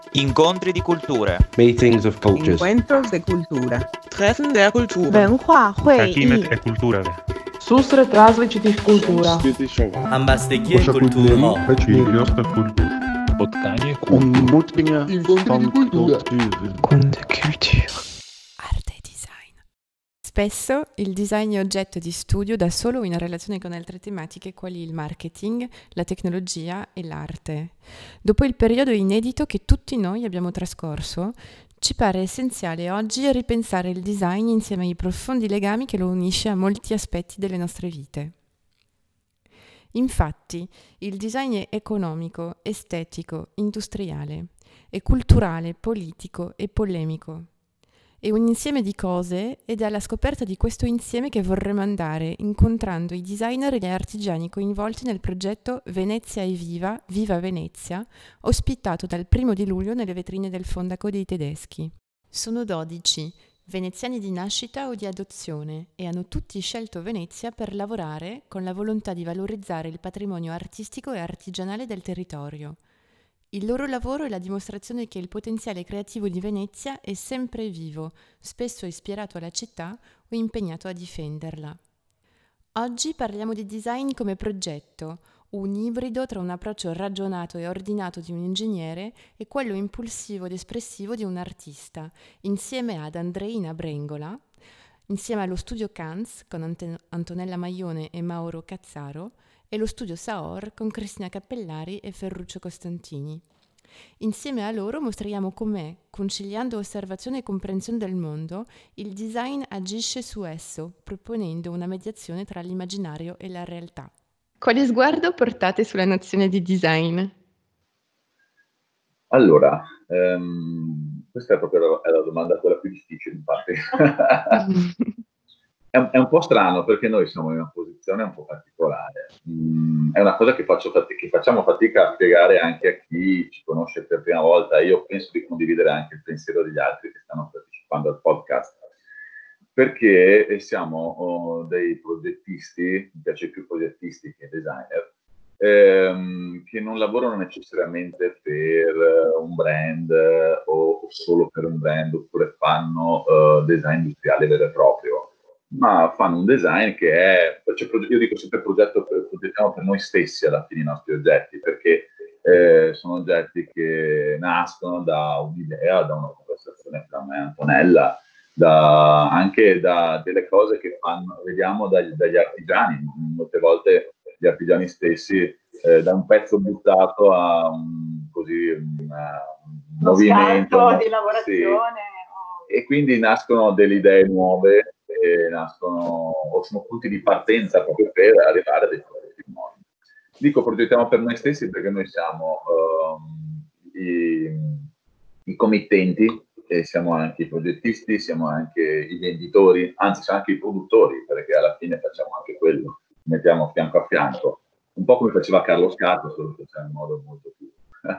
Incontri di culture. Meetings of cultures. Encuentros de cultura. Treffen der Kultur. 文化会议 Takimet e kulturele. Susret različitih kultura. Ambassadie kulturo. Dosta kultur. Spotkanie Ontmoetingen van cultuur. Kunde Kultur. Arte e design. Spesso il design è oggetto di studio da solo in relazione con altre tematiche quali il marketing, la tecnologia e l'arte. Dopo il periodo inedito che tutti noi abbiamo trascorso, ci pare essenziale oggi ripensare il design insieme ai profondi legami che lo unisce a molti aspetti delle nostre vite. Infatti, il design è economico, estetico, industriale, è culturale, politico e polemico. È un insieme di cose ed è alla scoperta di questo insieme che vorremmo andare, incontrando i designer e gli artigiani coinvolti nel progetto Venezia è viva, Viva Venezia, ospitato dal 1 di luglio nelle vetrine del Fondaco dei Tedeschi. Sono 12, veneziani di nascita o di adozione, e hanno tutti scelto Venezia per lavorare con la volontà di valorizzare il patrimonio artistico e artigianale del territorio. Il loro lavoro è la dimostrazione che il potenziale creativo di Venezia è sempre vivo, spesso ispirato alla città o impegnato a difenderla. Oggi parliamo di design come progetto, un ibrido tra un approccio ragionato e ordinato di un ingegnere e quello impulsivo ed espressivo di un artista, insieme ad Andreina Brengola, insieme allo studio Kanz con Antonella Maione e Mauro Cazzaro, e lo studio Saor con Cristina Cappellari e Ferruccio Costantini. Insieme a loro mostriamo com'è, conciliando osservazione e comprensione del mondo, il design agisce su esso, proponendo una mediazione tra l'immaginario e la realtà. Quale sguardo portate sulla nozione di design? Allora, questa è proprio la domanda quella più difficile, infatti. È un po' strano perché noi siamo in una posizione un po' particolare. È una cosa che facciamo fatica a spiegare anche a chi ci conosce per prima volta. Io penso di condividere anche il pensiero degli altri che stanno partecipando al podcast, perché siamo dei progettisti, mi piace più progettisti che designer, che non lavorano necessariamente per un brand o solo per un brand, oppure fanno design industriale vero e proprio, ma fanno un design che è, io dico sempre progettiamo per noi stessi alla fine i nostri oggetti, perché sono oggetti che nascono da un'idea, da una conversazione tra me e Antonella, anche da delle cose che vediamo dagli artigiani. Molte volte gli artigiani stessi, da un pezzo buttato a un movimento di lavorazione. Sì. E quindi nascono delle idee nuove, o sono punti di partenza proprio per arrivare a dei progetti nuovi. Dico progettiamo per noi stessi perché noi siamo i committenti, e siamo anche i progettisti, siamo anche i venditori, anzi siamo anche i produttori, perché alla fine facciamo anche quello, mettiamo fianco a fianco, un po' come faceva Carlo Scatto, solo che c'è in modo molto più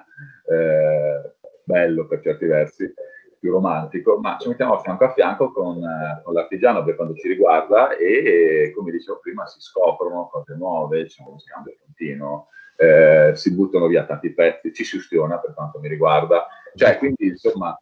bello per certi versi, più romantico, ma ci mettiamo a fianco con l'artigiano per quanto ci riguarda, e come dicevo prima si scoprono cose nuove, c'è uno scambio continuo, si buttano via tanti pezzi, ci si ustiona per quanto mi riguarda, cioè quindi insomma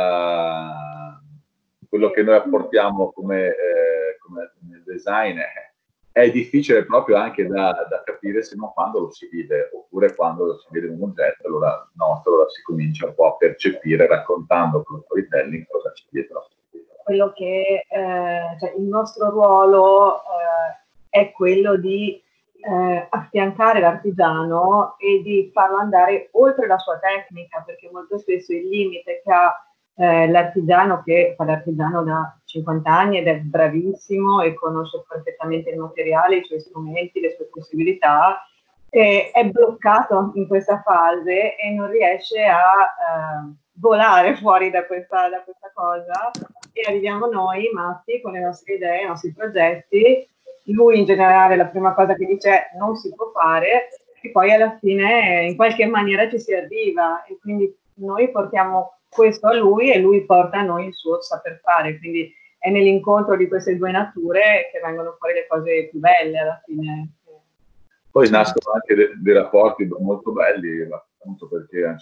quello che noi apportiamo come design è difficile proprio anche da capire, se non quando lo si vive, oppure quando si vede un oggetto, allora si comincia un po' a percepire, raccontando con lo storytelling cosa c'è dietro. Quello che il nostro ruolo è quello di affiancare l'artigiano e di farlo andare oltre la sua tecnica, perché molto spesso il limite che ha l'artigiano, che fa l'artigiano da 50 anni ed è bravissimo e conosce perfettamente il materiale, i suoi strumenti, le sue possibilità, è bloccato in questa fase e non riesce a volare fuori da questa cosa, e arriviamo noi maschi con le nostre idee, i nostri progetti. Lui in generale la prima cosa che dice è non si può fare, e poi alla fine in qualche maniera ci si arriva, e quindi noi portiamo questo a lui e lui porta a noi il suo saper fare, quindi è nell'incontro di queste due nature che vengono fuori le cose più belle alla fine. Poi nascono anche dei rapporti molto belli, appunto, perché a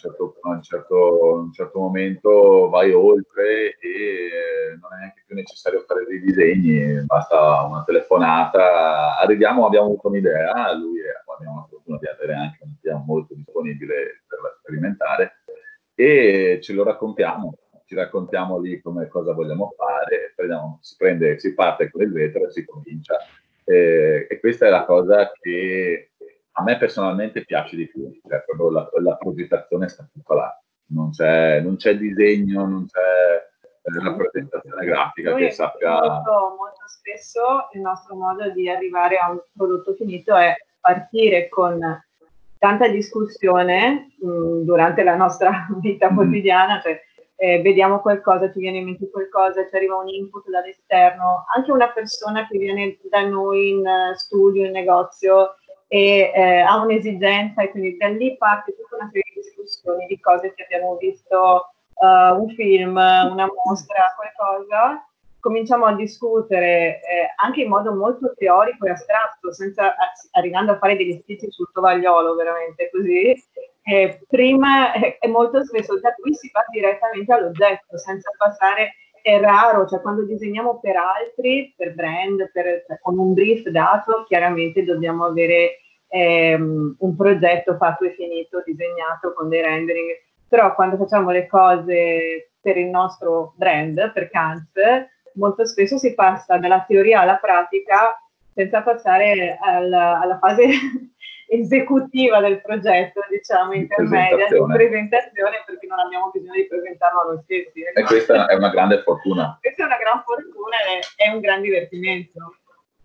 un certo momento vai oltre e non è neanche più necessario fare dei disegni, basta una telefonata, abbiamo avuto un'idea, lui abbiamo la fortuna di avere anche un team molto disponibile per sperimentare, e ce lo raccontiamo, ci raccontiamo lì come cosa vogliamo fare, si parte con il vetro e si comincia. E questa è la cosa che a me personalmente piace di più, cioè proprio la progettazione sta tutta là, non c'è disegno, non c'è rappresentazione grafica Noi che sappia... molto spesso il nostro modo di arrivare a un prodotto finito è partire con tanta discussione durante la nostra vita quotidiana, cioè vediamo qualcosa, ci viene in mente qualcosa, ci arriva un input dall'esterno, anche una persona che viene da noi in studio, in negozio e ha un'esigenza, e quindi da lì parte tutta una serie di discussioni di cose che abbiamo visto, un film, una mostra, qualcosa, cominciamo a discutere anche in modo molto teorico e astratto, senza arrivando a fare degli schizzi sul tovagliolo, veramente così. Prima e molto spesso da qui si va direttamente all'oggetto, senza passare, è raro, cioè quando disegniamo per altri, per brand, cioè, con un brief dato, chiaramente dobbiamo avere un progetto fatto e finito, disegnato con dei rendering, però quando facciamo le cose per il nostro brand, per Cannes, molto spesso si passa dalla teoria alla pratica senza passare alla fase esecutiva del progetto, diciamo, intermedia, di presentazione, perché non abbiamo bisogno di presentarlo a noi stessi. E questa è una grande fortuna. Questa è una gran fortuna e è un gran divertimento.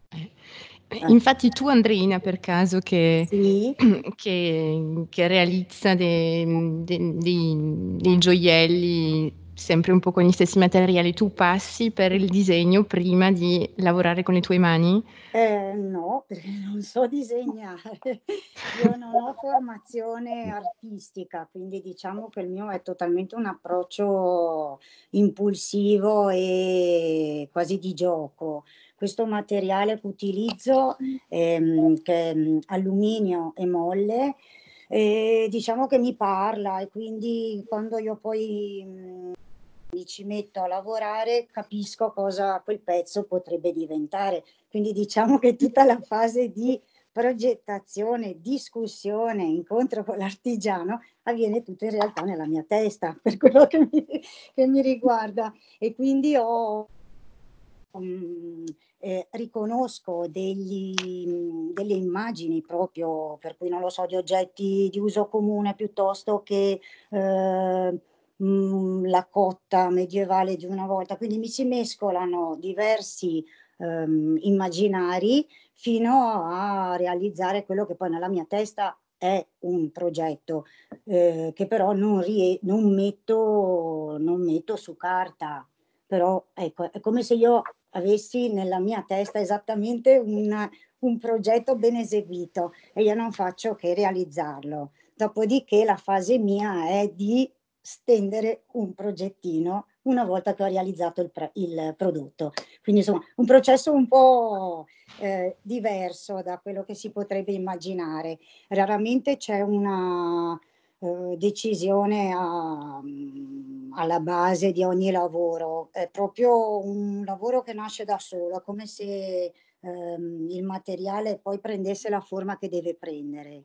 Infatti tu, Andreina, per caso che, Sì. che realizza dei gioielli sempre un po' con gli stessi materiali, tu passi per il disegno prima di lavorare con le tue mani? No, perché non so disegnare. Io non ho formazione artistica, quindi diciamo che il mio è totalmente un approccio impulsivo e quasi di gioco. Questo materiale che utilizzo, che è alluminio e molle, diciamo che mi parla, e quindi quando io poi mi ci metto a lavorare capisco cosa quel pezzo potrebbe diventare. Quindi diciamo che tutta la fase di progettazione, discussione, incontro con l'artigiano avviene tutto in realtà nella mia testa, per quello che mi riguarda, e quindi riconosco delle immagini proprio, per cui non lo so, di oggetti di uso comune piuttosto che la cotta medievale di una volta, quindi mi si mescolano diversi immaginari fino a realizzare quello che poi nella mia testa è un progetto, che però non metto su carta. Però ecco, è come se io avessi nella mia testa esattamente un progetto ben eseguito e io non faccio che realizzarlo. Dopodiché la fase mia è di stendere un progettino una volta che ho realizzato il prodotto. Quindi insomma un processo un po' diverso da quello che si potrebbe immaginare. Raramente c'è una decisione alla base di ogni lavoro, è proprio un lavoro che nasce da solo, è come se il materiale poi prendesse la forma che deve prendere.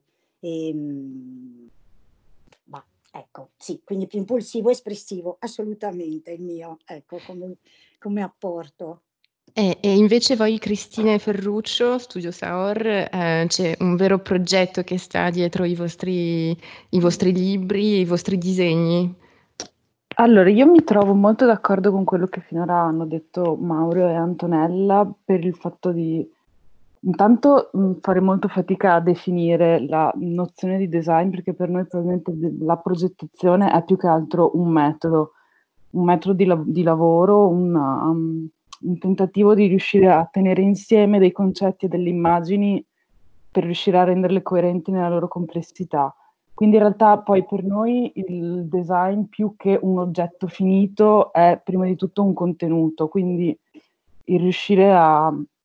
Ecco, sì, quindi più impulsivo, espressivo, assolutamente il mio, ecco, come apporto. E invece voi, Cristina e Ferruccio, Studio Saor, c'è un vero progetto che sta dietro i vostri libri, i vostri disegni? Allora, io mi trovo molto d'accordo con quello che finora hanno detto Mauro e Antonella, per il fatto di intanto fare molto fatica a definire la nozione di design, perché per noi probabilmente la progettazione è più che altro un metodo di lavoro, un tentativo di riuscire a tenere insieme dei concetti e delle immagini per riuscire a renderle coerenti nella loro complessità. Quindi in realtà poi per noi il design, più che un oggetto finito, è prima di tutto un contenuto, quindi il riuscire a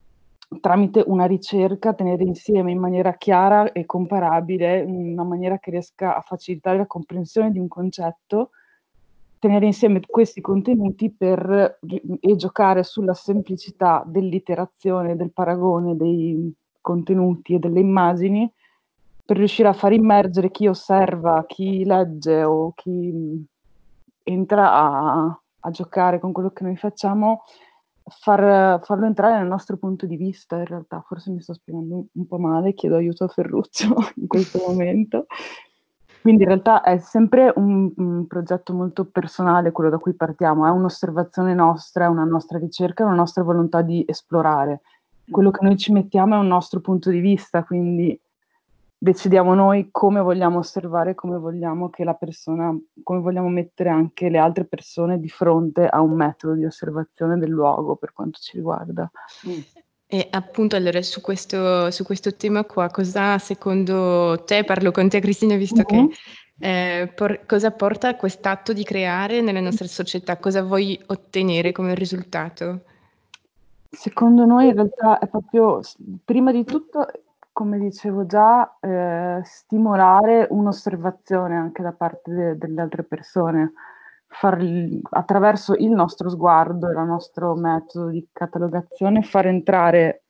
tramite una ricerca, tenere insieme in maniera chiara e comparabile, una maniera che riesca a facilitare la comprensione di un concetto, tenere insieme questi contenuti e giocare sulla semplicità dell'iterazione, del paragone dei contenuti e delle immagini, per riuscire a far immergere chi osserva, chi legge o chi entra a giocare con quello che noi facciamo, farlo entrare nel nostro punto di vista. In realtà forse mi sto spiegando un po' male, chiedo aiuto a Ferruccio in questo momento. Quindi in realtà è sempre un progetto molto personale quello da cui partiamo, è un'osservazione nostra, è una nostra ricerca, è una nostra volontà di esplorare. Quello che noi ci mettiamo è un nostro punto di vista, quindi decidiamo noi come vogliamo osservare, come vogliamo mettere anche le altre persone di fronte a un metodo di osservazione del luogo per quanto ci riguarda. E appunto allora su questo tema qua, cosa secondo te, parlo con te Cristina visto che cosa porta quest'atto di creare nelle nostre società? Cosa vuoi ottenere come risultato? Secondo noi in realtà è proprio, prima di tutto, come dicevo già, stimolare un'osservazione anche da parte delle altre persone, attraverso il nostro sguardo e il nostro metodo di catalogazione, far entrare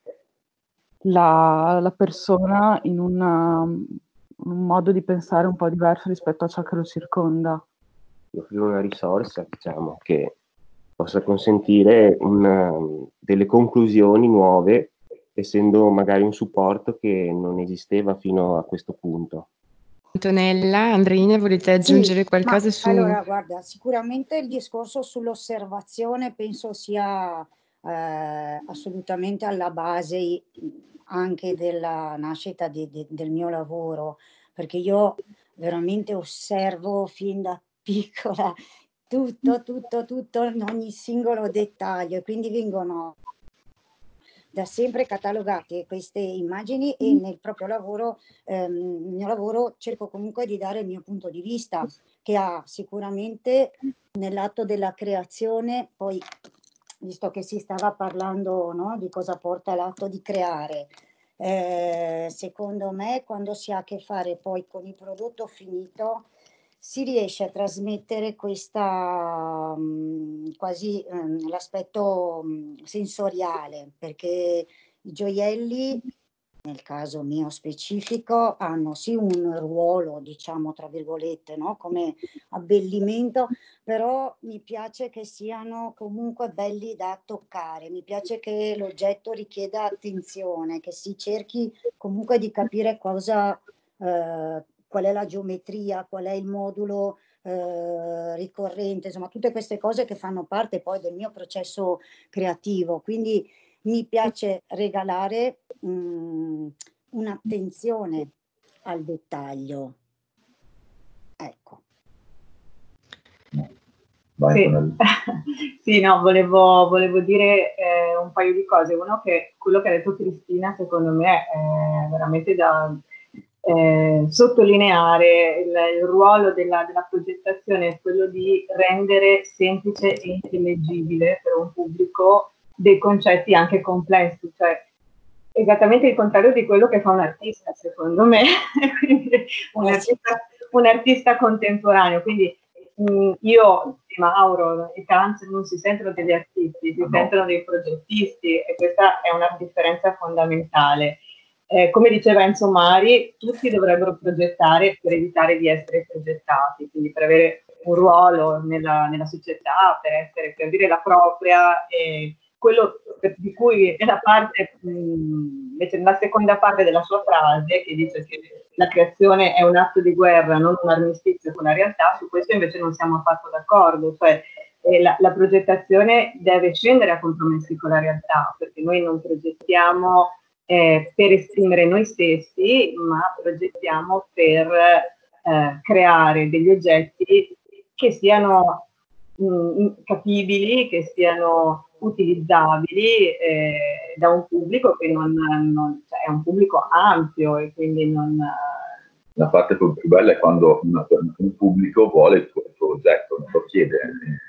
la persona in un modo di pensare un po' diverso rispetto a ciò che lo circonda. Offrire una risorsa, diciamo, che possa consentire delle conclusioni nuove, essendo magari un supporto che non esisteva fino a questo punto. Antonella, Andreina, volete aggiungere qualcosa su... Allora, guarda, sicuramente il discorso sull'osservazione penso sia assolutamente alla base anche della nascita del mio lavoro, perché io veramente osservo fin da piccola tutto, in ogni singolo dettaglio, e quindi vengono da sempre catalogate queste immagini e nel proprio lavoro, nel mio lavoro cerco comunque di dare il mio punto di vista, che ha sicuramente nell'atto della creazione, poi visto che si stava parlando, no, di cosa porta l'atto di creare, secondo me quando si ha a che fare poi con il prodotto finito si riesce a trasmettere questa quasi l'aspetto sensoriale, perché i gioielli, nel caso mio specifico, hanno sì un ruolo, diciamo, tra virgolette, no? Come abbellimento, però mi piace che siano comunque belli da toccare, mi piace che l'oggetto richieda attenzione, che si cerchi comunque di capire cosa, qual è la geometria, qual è il modulo ricorrente, insomma tutte queste cose che fanno parte poi del mio processo creativo. Quindi mi piace regalare un'attenzione al dettaglio. Ecco. Vai, sì, no, volevo dire un paio di cose. Uno, che quello che ha detto Cristina secondo me è veramente da sottolineare il ruolo della progettazione, è quello di rendere semplice e intellegibile per un pubblico dei concetti anche complessi, cioè esattamente il contrario di quello che fa un artista, secondo me. Quindi un artista contemporaneo. Quindi io, Mauro e Kanz non si sentono degli artisti, si sentono dei progettisti, e questa è una differenza fondamentale. Come diceva Enzo Mari, tutti dovrebbero progettare per evitare di essere progettati, quindi per avere un ruolo nella società, per dire la propria, quello di cui è la parte, invece nella seconda parte della sua frase, che dice che la creazione è un atto di guerra, non un armistizio con la realtà, su questo invece non siamo affatto d'accordo, cioè la progettazione deve scendere a compromessi con la realtà, perché noi non progettiamo per esprimere noi stessi, ma progettiamo per creare degli oggetti che siano capibili, che siano utilizzabili da un pubblico che cioè è un pubblico ampio, e quindi non... La parte più bella è quando un pubblico vuole il tuo oggetto, non lo chiede.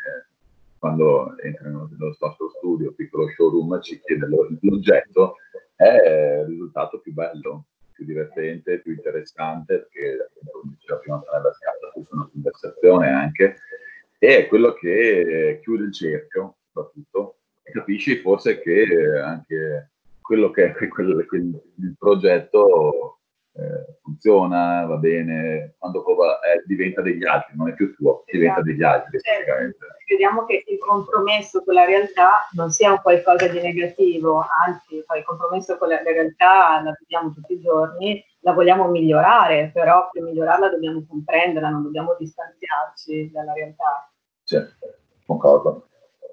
Quando entrano nello nostro studio, piccolo showroom, ci chiede l'oggetto, è il risultato più bello, più divertente, più interessante, perché come diceva prima Antonella scatta tutta una conversazione anche, e è quello che chiude il cerchio, soprattutto, e capisci forse che anche quello che è il progetto funziona, va bene, quando diventa degli altri, non è più tuo, diventa degli altri. Vediamo che il compromesso con la realtà non sia un qualcosa di negativo, anzi, il compromesso con la realtà la vediamo tutti i giorni, la vogliamo migliorare, però per migliorarla dobbiamo comprenderla, non dobbiamo distanziarci dalla realtà. Certo, concordo.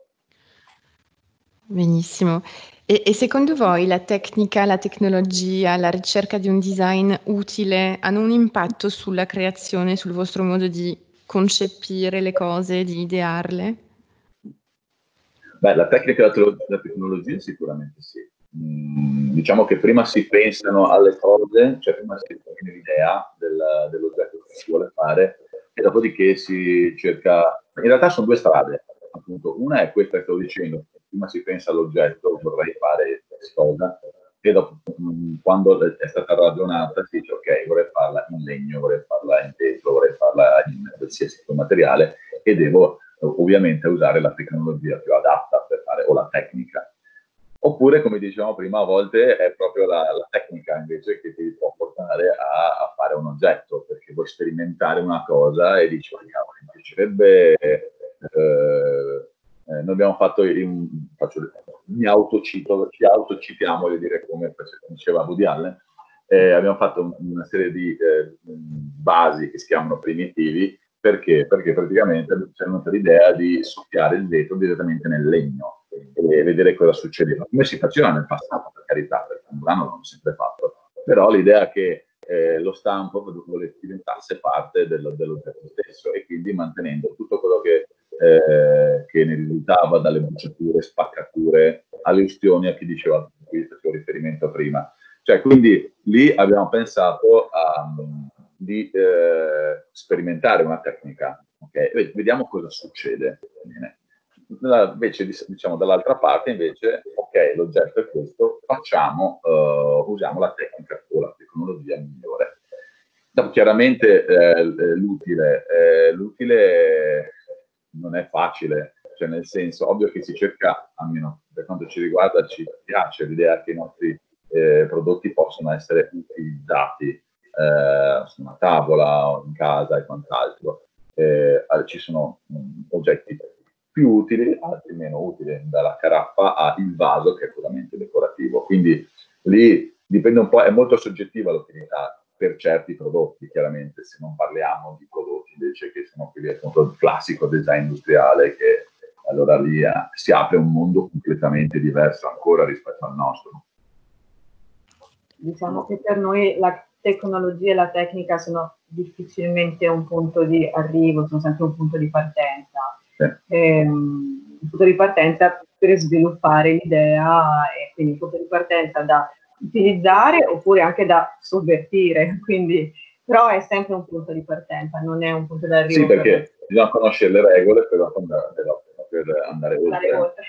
Benissimo. E secondo voi la tecnica, la tecnologia, la ricerca di un design utile hanno un impatto sulla creazione, sul vostro modo di concepire le cose, di idearle? Beh, la tecnica e la tecnologia sicuramente sì. Diciamo che prima si pensano alle cose, cioè prima si define l'idea dell'oggetto che si vuole fare e dopodiché si cerca... In realtà sono due strade, appunto. Una è questa che stavo dicendo, prima si pensa all'oggetto, vorrei fare questa cosa, e dopo, quando è stata ragionata, si dice ok, vorrei farla in legno, vorrei farla in vetro, vorrei farla in qualsiasi materiale e devo ovviamente usare la tecnologia più adatta per fare, o la tecnica. Oppure, come dicevamo prima, a volte è proprio la tecnica invece che ti può portare a fare un oggetto, perché vuoi sperimentare una cosa e dici, cavolo, mi piacerebbe... noi abbiamo fatto, ci autocitiamo, voglio dire, come diceva Woody Allen, abbiamo fatto una serie di basi che si chiamano primitivi, perché praticamente c'è venuta l'idea di soffiare il vetro direttamente nel legno e vedere cosa succedeva. Come si faceva nel passato, per carità, perché a Murano l'hanno sempre fatto, però l'idea che lo stampo diventasse parte dell'oggetto stesso e quindi mantenendo tutto quello che ne risultava dalle bruciature, spaccature, alle ustioni a chi diceva, a cui facevo riferimento prima. Cioè, quindi lì abbiamo pensato di sperimentare una tecnica, okay? Vediamo cosa succede. Bene. Invece, diciamo, dall'altra parte, invece, ok, l'oggetto è questo, usiamo la tecnica o la tecnologia migliore. Chiaramente l'utile non è facile, cioè nel senso, ovvio che si cerca, almeno per quanto ci riguarda, ci piace l'idea che i nostri prodotti possono essere utilizzati su una tavola o in casa e quant'altro. Ci sono oggetti più utili, altri meno utili, dalla caraffa al vaso che è puramente decorativo. Quindi lì dipende un po', è molto soggettiva l'utilità per certi prodotti, chiaramente, se non parliamo di prodotti invece che sono quelli appunto il classico design industriale, che allora lì si apre un mondo completamente diverso ancora rispetto al nostro. Diciamo che per noi la tecnologia e la tecnica sono difficilmente un punto di arrivo, sono sempre un punto di partenza. Un punto di partenza per sviluppare l'idea e quindi un punto di partenza da utilizzare oppure anche da sovvertire, quindi, però è sempre un punto di partenza, non è un punto di arrivo. Sì, perché bisogna conoscere le regole per andare oltre.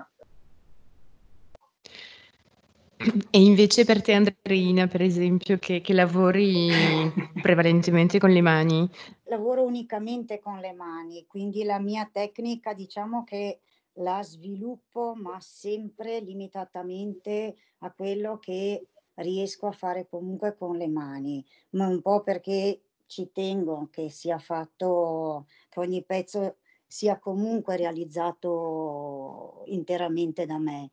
E invece per te, Andreina, per esempio, che lavori prevalentemente con le mani? Lavoro unicamente con le mani, quindi la mia tecnica diciamo che la sviluppo, ma sempre limitatamente a quello che riesco a fare comunque con le mani, ma un po' perché ci tengo che sia fatto, che ogni pezzo sia comunque realizzato interamente da me.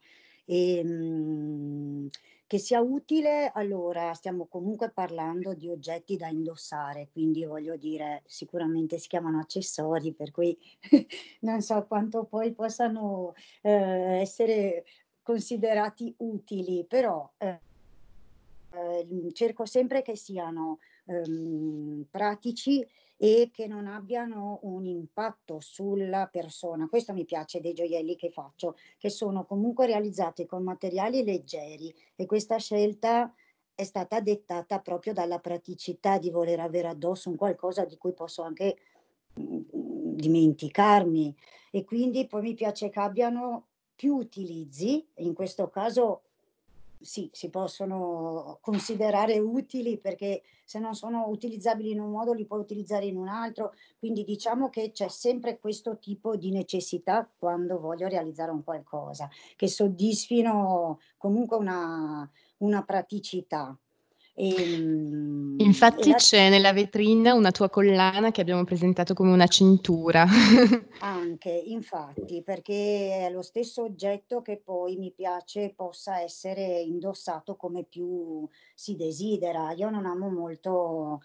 Che sia utile, allora stiamo comunque parlando di oggetti da indossare, quindi voglio dire, sicuramente si chiamano accessori, per cui non so quanto poi possano essere considerati utili, però cerco sempre che siano pratici e che non abbiano un impatto sulla persona. Questo mi piace dei gioielli che faccio, che sono comunque realizzati con materiali leggeri e questa scelta è stata dettata proprio dalla praticità di voler avere addosso un qualcosa di cui posso anche dimenticarmi, e quindi poi mi piace che abbiano più utilizzi, in questo caso sì, si possono considerare utili perché se non sono utilizzabili in un modo li puoi utilizzare in un altro, quindi diciamo che c'è sempre questo tipo di necessità quando voglio realizzare un qualcosa, che soddisfino comunque una praticità. E Infatti la c'è nella vetrina una tua collana che abbiamo presentato come una cintura. Anche, infatti, perché è lo stesso oggetto che poi mi piace possa essere indossato come più si desidera. Io non amo molto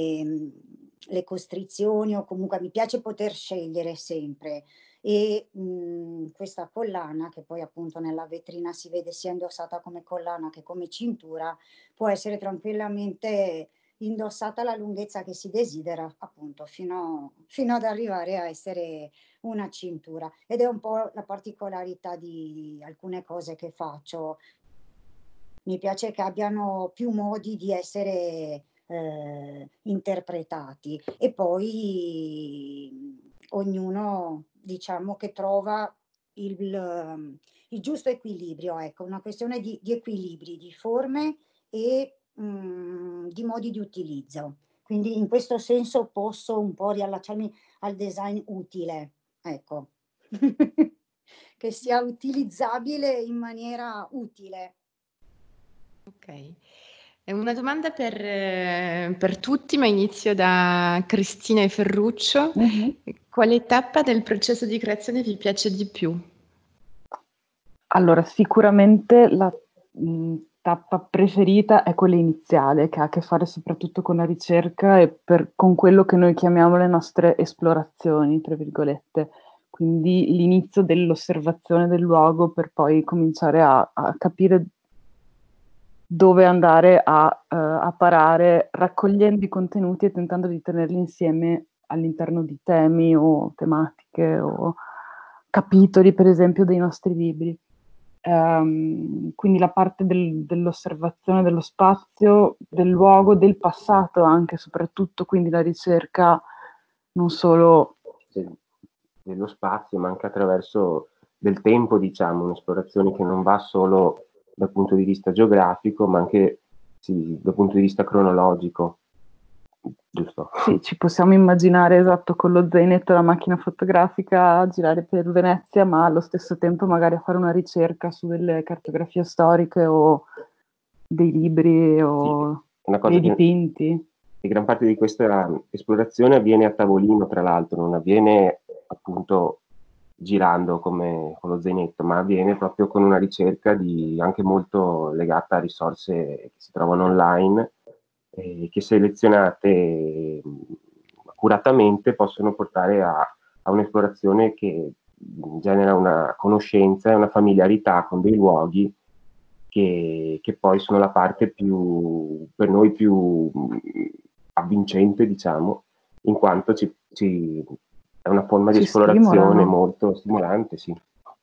le costrizioni o comunque mi piace poter scegliere sempre. E questa collana, che poi appunto nella vetrina si vede sia indossata come collana che come cintura, può essere tranquillamente indossata alla lunghezza che si desidera, appunto, fino ad arrivare a essere una cintura. Ed è un po' la particolarità di alcune cose che faccio. Mi piace che abbiano più modi di essere interpretati e poi ognuno diciamo che trova il giusto equilibrio, ecco, una questione di equilibri, di forme e di modi di utilizzo. Quindi in questo senso posso un po' riallacciarmi al design utile, ecco, che sia utilizzabile in maniera utile. Ok. È una domanda per tutti, ma inizio da Cristina e Ferruccio. Mhm. Quale tappa del processo di creazione vi piace di più? Allora, sicuramente la tappa preferita è quella iniziale, che ha a che fare soprattutto con la ricerca e con quello che noi chiamiamo le nostre esplorazioni, tra virgolette. Quindi l'inizio dell'osservazione del luogo per poi cominciare a capire dove andare a parare, raccogliendo i contenuti e tentando di tenerli insieme all'interno di temi o tematiche o capitoli, per esempio, dei nostri libri. Quindi la parte dell'osservazione dello spazio, del luogo, del passato anche soprattutto, quindi la ricerca non solo... dello spazio, ma anche attraverso del tempo, diciamo, un'esplorazione che non va solo dal punto di vista geografico, ma anche sì, dal punto di vista cronologico, giusto? Sì, ci possiamo immaginare, esatto, con lo zainetto e la macchina fotografica a girare per Venezia, ma allo stesso tempo magari a fare una ricerca su delle cartografie storiche o dei libri o Una cosa dei che dipinti. e gran parte di questa esplorazione avviene a tavolino, tra l'altro, non avviene appunto girando come con lo zainetto, ma avviene proprio con una ricerca anche molto legata a risorse che si trovano online, che selezionate accuratamente possono portare a un'esplorazione che genera una conoscenza e una familiarità con dei luoghi che poi sono la parte più, per noi più avvincente, diciamo, in quanto è una forma di Ci esplorazione stimolano. molto stimolante, sì.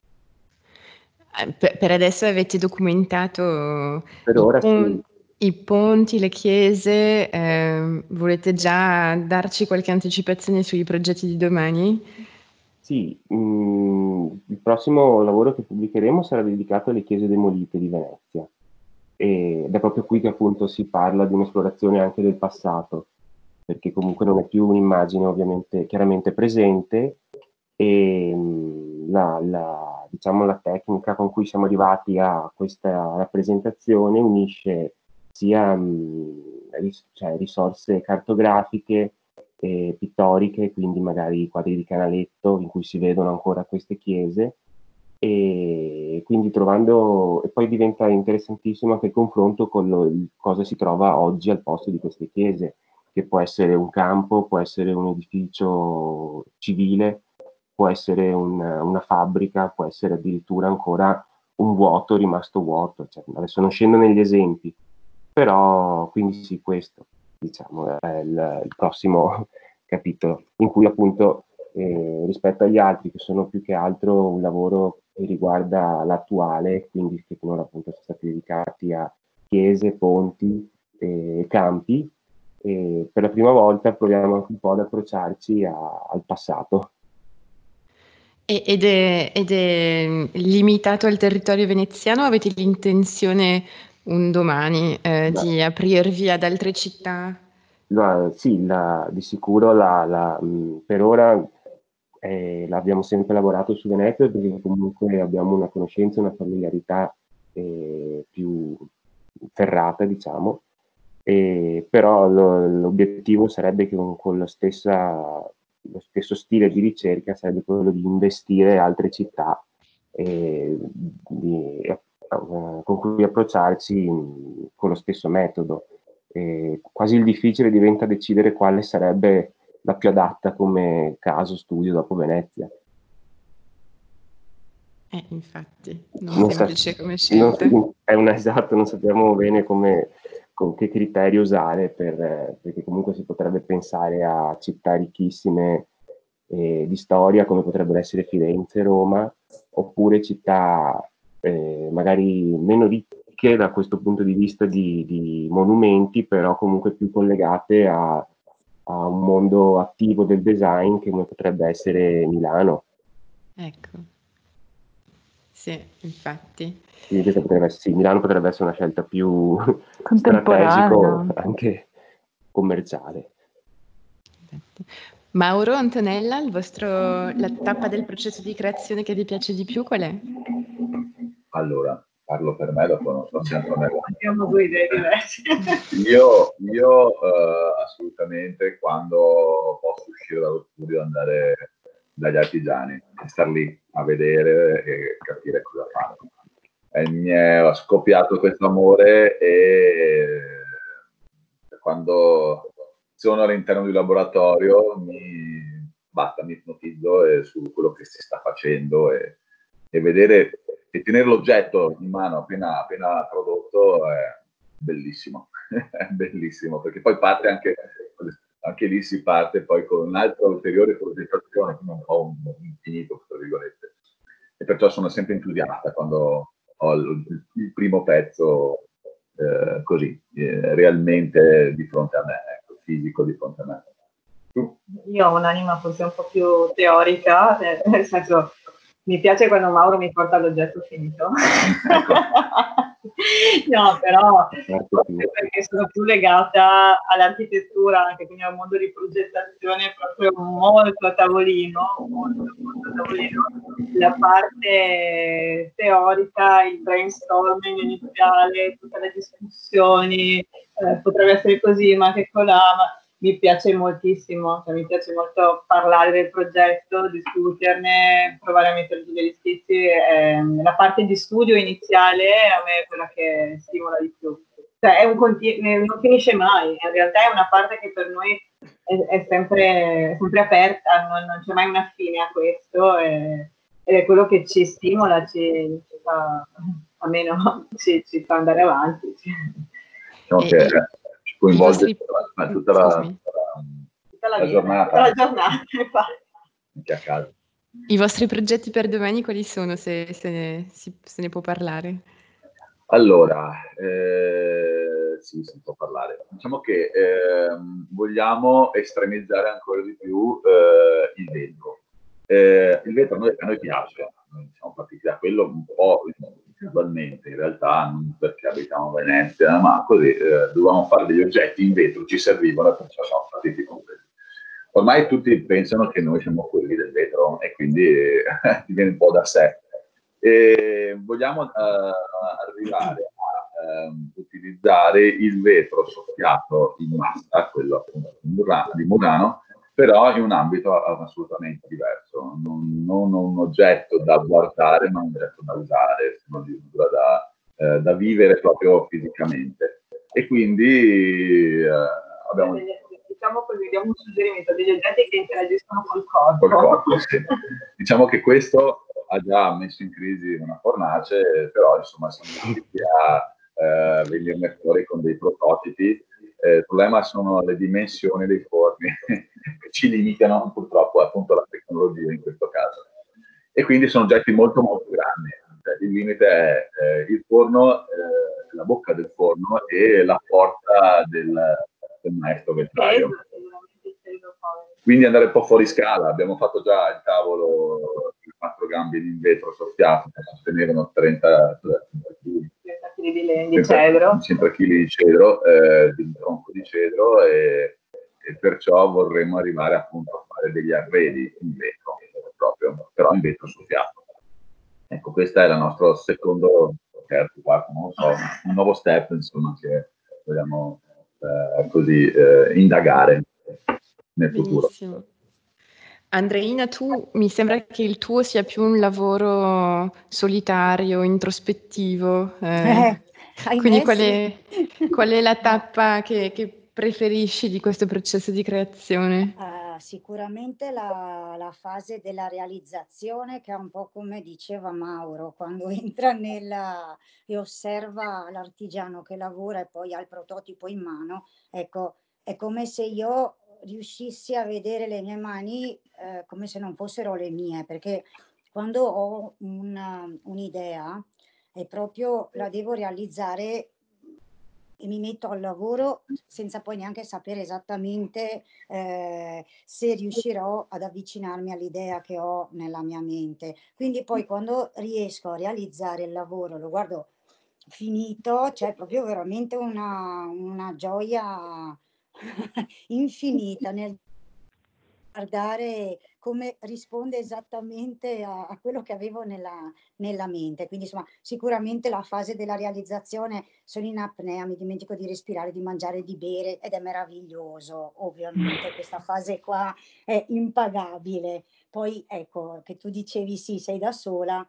Per adesso avete documentato Per ora sì. i ponti, le chiese, volete già darci qualche anticipazione sui progetti di domani? Sì, il prossimo lavoro che pubblicheremo sarà dedicato alle chiese demolite di Venezia ed è proprio qui che appunto si parla di un'esplorazione anche del passato, perché comunque non è più un'immagine ovviamente chiaramente presente e diciamo, la tecnica con cui siamo arrivati a questa rappresentazione unisce sia cioè, risorse cartografiche pittoriche, quindi magari quadri di Canaletto in cui si vedono ancora queste chiese, e quindi e poi diventa interessantissimo anche il confronto con cosa si trova oggi al posto di queste chiese, che può essere un campo, può essere un edificio civile, può essere una fabbrica, può essere addirittura ancora un vuoto rimasto vuoto. Cioè, adesso non scendo negli esempi, però quindi sì, questo diciamo è il prossimo capitolo, in cui appunto rispetto agli altri che sono più che altro un lavoro che riguarda l'attuale, quindi che finora appunto sono stati dedicati a chiese, ponti, campi, e per la prima volta proviamo anche un po' ad approcciarci al passato. Ed è limitato al territorio veneziano o avete l'intenzione un domani di aprirvi ad altre città? Sì, di sicuro per ora abbiamo sempre lavorato su Venezia perché comunque abbiamo una conoscenza, una familiarità più ferrata, diciamo, però l'obiettivo sarebbe che con lo stesso stile di ricerca sarebbe quello di investire in altre città con cui approcciarci con lo stesso metodo. Quasi il difficile diventa decidere quale sarebbe la più adatta come caso studio dopo Venezia. Infatti, non semplice come scelta. Esatto, non sappiamo bene con che criterio usare perché comunque si potrebbe pensare a città ricchissime di storia come potrebbero essere Firenze, Roma, oppure città magari meno ricche da questo punto di vista di monumenti, però comunque più collegate a un mondo attivo del design come potrebbe essere Milano. Ecco, sì, infatti. Quindi Milano potrebbe essere una scelta più contemporanea, strategico, anche commerciale. Mauro, Antonella, la tappa del processo di creazione che vi piace di più qual è? Allora, parlo per me, dopo non so se Antonella. Abbiamo due idee diverse. Io assolutamente, quando posso uscire dallo studio, andare dagli artigiani e star lì a vedere e capire cosa fanno. Mi è scoppiato questo amore e quando sono all'interno di un laboratorio mi ipnotizzo su quello che si sta facendo e vedere e tenere l'oggetto in mano appena prodotto è bellissimo. È bellissimo, perché poi parte anche lì si parte poi con un'altra ulteriore progettazione, quindi un po' un infinito, tra virgolette. E perciò sono sempre entusiasta quando ho il primo pezzo così, realmente di fronte a me, ecco, fisico di fronte a me. Io ho un'anima forse un po' più teorica, nel senso, mi piace quando Mauro mi porta l'oggetto finito. No, però forse perché sono più legata all'architettura, anche quindi a un mondo di progettazione proprio molto a tavolino, la parte teorica, il brainstorming iniziale, tutte le discussioni, potrebbe essere così, ma che colà, ma mi piace moltissimo, cioè mi piace molto parlare del progetto, discuterne, provare a mettere giù degli schizzi. La parte di studio iniziale a me è quella che stimola di più. Cioè non finisce mai, in realtà è una parte che per noi è sempre aperta, non c'è mai una fine a questo ed è quello che ci stimola, ci fa, almeno ci fa andare avanti. Che ci coinvolge tutta la giornata. Anche a casa. I vostri progetti per domani quali sono, se ne può parlare? Allora, sì, si può parlare. Diciamo che vogliamo estremizzare ancora di più il vetro. Il vetro a noi piace, noi siamo partiti da quello un po' casualmente, in realtà, non perché abitiamo a Venezia, ma così dovevamo fare degli oggetti in vetro, ci servivano e perciò siamo partiti con quelli. Ormai tutti pensano che noi siamo quelli del vetro e quindi ti viene un po' da sé. E vogliamo arrivare a utilizzare il vetro soffiato in massa, quello appunto di Murano, però in un ambito assolutamente diverso, non un oggetto da guardare, ma un oggetto da usare, da vivere proprio fisicamente. E quindi abbiamo... Diciamo così, diamo un suggerimento, degli oggetti che interagiscono col corpo. Sì. Diciamo che questo ha già messo in crisi una fornace, però insomma siamo riusciti a venirne fuori con dei prototipi. Il problema sono le dimensioni dei forni che ci limitano purtroppo appunto la tecnologia in questo caso. E quindi sono oggetti molto molto grandi. Il limite è il forno, la bocca del forno e la porta del maestro vetraio. Quindi andare un po' fuori scala. Abbiamo fatto già il tavolo 4 gambe in vetro soffiato che sostenevano 30 kg di cedro, 100 kg di cedro, di un tronco di cedro, e perciò vorremmo arrivare appunto a fare degli arredi in vetro proprio, però in vetro soffiato. Ecco, questo è il nostro secondo, non so, un nuovo step, insomma, che vogliamo indagare nel futuro. Benissimo. Andreina, tu mi sembra che il tuo sia più un lavoro solitario, introspettivo. Quindi qual è la tappa che preferisci di questo processo di creazione? Sicuramente la fase della realizzazione, che è un po' come diceva Mauro, quando entra e osserva l'artigiano che lavora e poi ha il prototipo in mano. Ecco, è come se io riuscissi a vedere le mie mani come se non fossero le mie, perché quando ho un'idea è proprio la devo realizzare e mi metto al lavoro senza poi neanche sapere esattamente se riuscirò ad avvicinarmi all'idea che ho nella mia mente. Quindi poi quando riesco a realizzare il lavoro, lo guardo finito, c'è proprio veramente una gioia infinita nel guardare come risponde esattamente a quello che avevo nella mente. Quindi insomma, sicuramente la fase della realizzazione, sono in apnea, mi dimentico di respirare, di mangiare, di bere, ed è meraviglioso, ovviamente questa fase qua è impagabile. Poi ecco, che tu dicevi sì, sei da sola,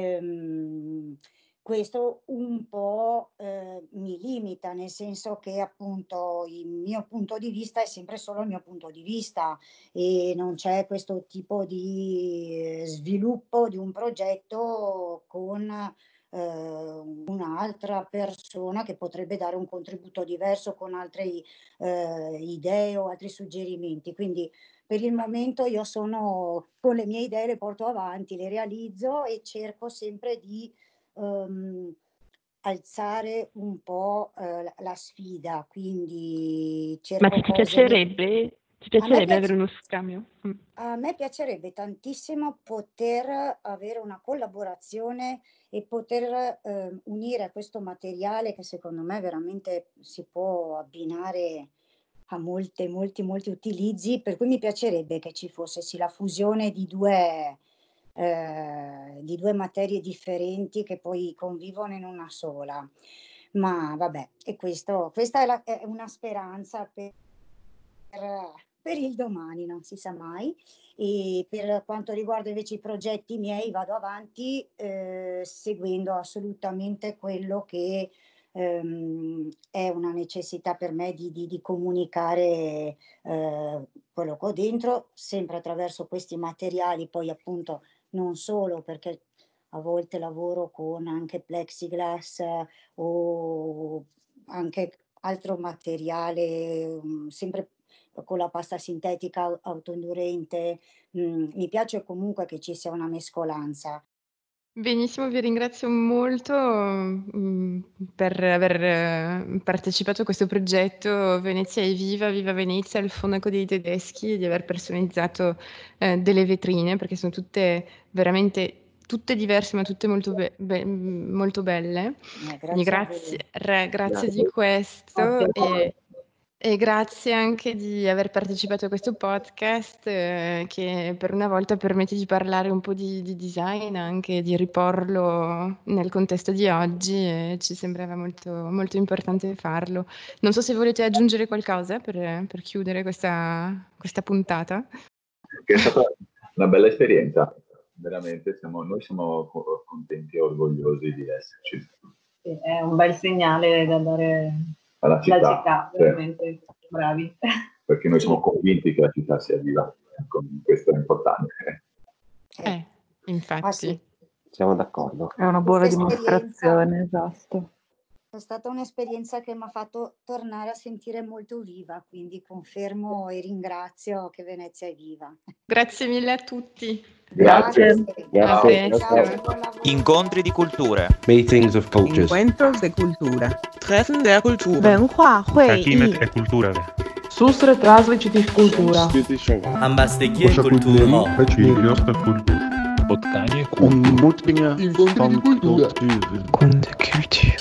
questo un po' mi limita, nel senso che appunto il mio punto di vista è sempre solo il mio punto di vista e non c'è questo tipo di sviluppo di un progetto con un'altra persona che potrebbe dare un contributo diverso con altre idee o altri suggerimenti. Quindi per il momento io sono con le mie idee, le porto avanti, le realizzo e cerco sempre di alzare un po' la sfida, quindi cerco Ma ti cose piacerebbe avere uno scambio? A me piacerebbe tantissimo poter avere una collaborazione e poter unire a questo materiale, che secondo me veramente si può abbinare a molti utilizzi, per cui mi piacerebbe che ci fosse sì la fusione di due materie differenti che poi convivono in una sola. Ma vabbè, e questa è una speranza per il domani, non si sa mai. E per quanto riguarda invece i progetti miei, vado avanti seguendo assolutamente quello che è una necessità per me di comunicare quello che ho dentro, sempre attraverso questi materiali, poi appunto non solo, perché a volte lavoro con anche plexiglass o anche altro materiale, sempre con la pasta sintetica autoindurente. Mi piace comunque che ci sia una mescolanza. Benissimo, vi ringrazio molto per aver partecipato a questo progetto Venezia è viva, viva Venezia, il Fonaco dei Tedeschi, e di aver personalizzato delle vetrine, perché sono tutte veramente tutte diverse, ma tutte molto, molto belle. Quindi grazie di questo e grazie anche di aver partecipato a questo podcast che per una volta permette di parlare un po' di design, anche di riporlo nel contesto di oggi, e ci sembrava molto, molto importante farlo. Non so se volete aggiungere qualcosa per chiudere questa puntata. Che è stata una bella esperienza, veramente noi siamo contenti e orgogliosi di esserci. Sì, è un bel segnale da dare alla città, veramente bravi. Perché noi siamo convinti che la città sia viva, questo è importante. Infatti. Sì. Siamo d'accordo. È una buona dimostrazione, esatto. È stata un'esperienza che mi ha fatto tornare a sentire molto viva, quindi confermo e ringrazio che Venezia è viva. Grazie mille a tutti. Grazie. A presto. Incontri di culture. Meetings of cultures. Encuentros de cultura. Treffen der Kultur. 文化会议 Takimet e kulturale. Susret različitih kultura. Ambastekje kulturo. Miliosna kultura. Ontmoetingen Incontri di cultura. Kundecultuur.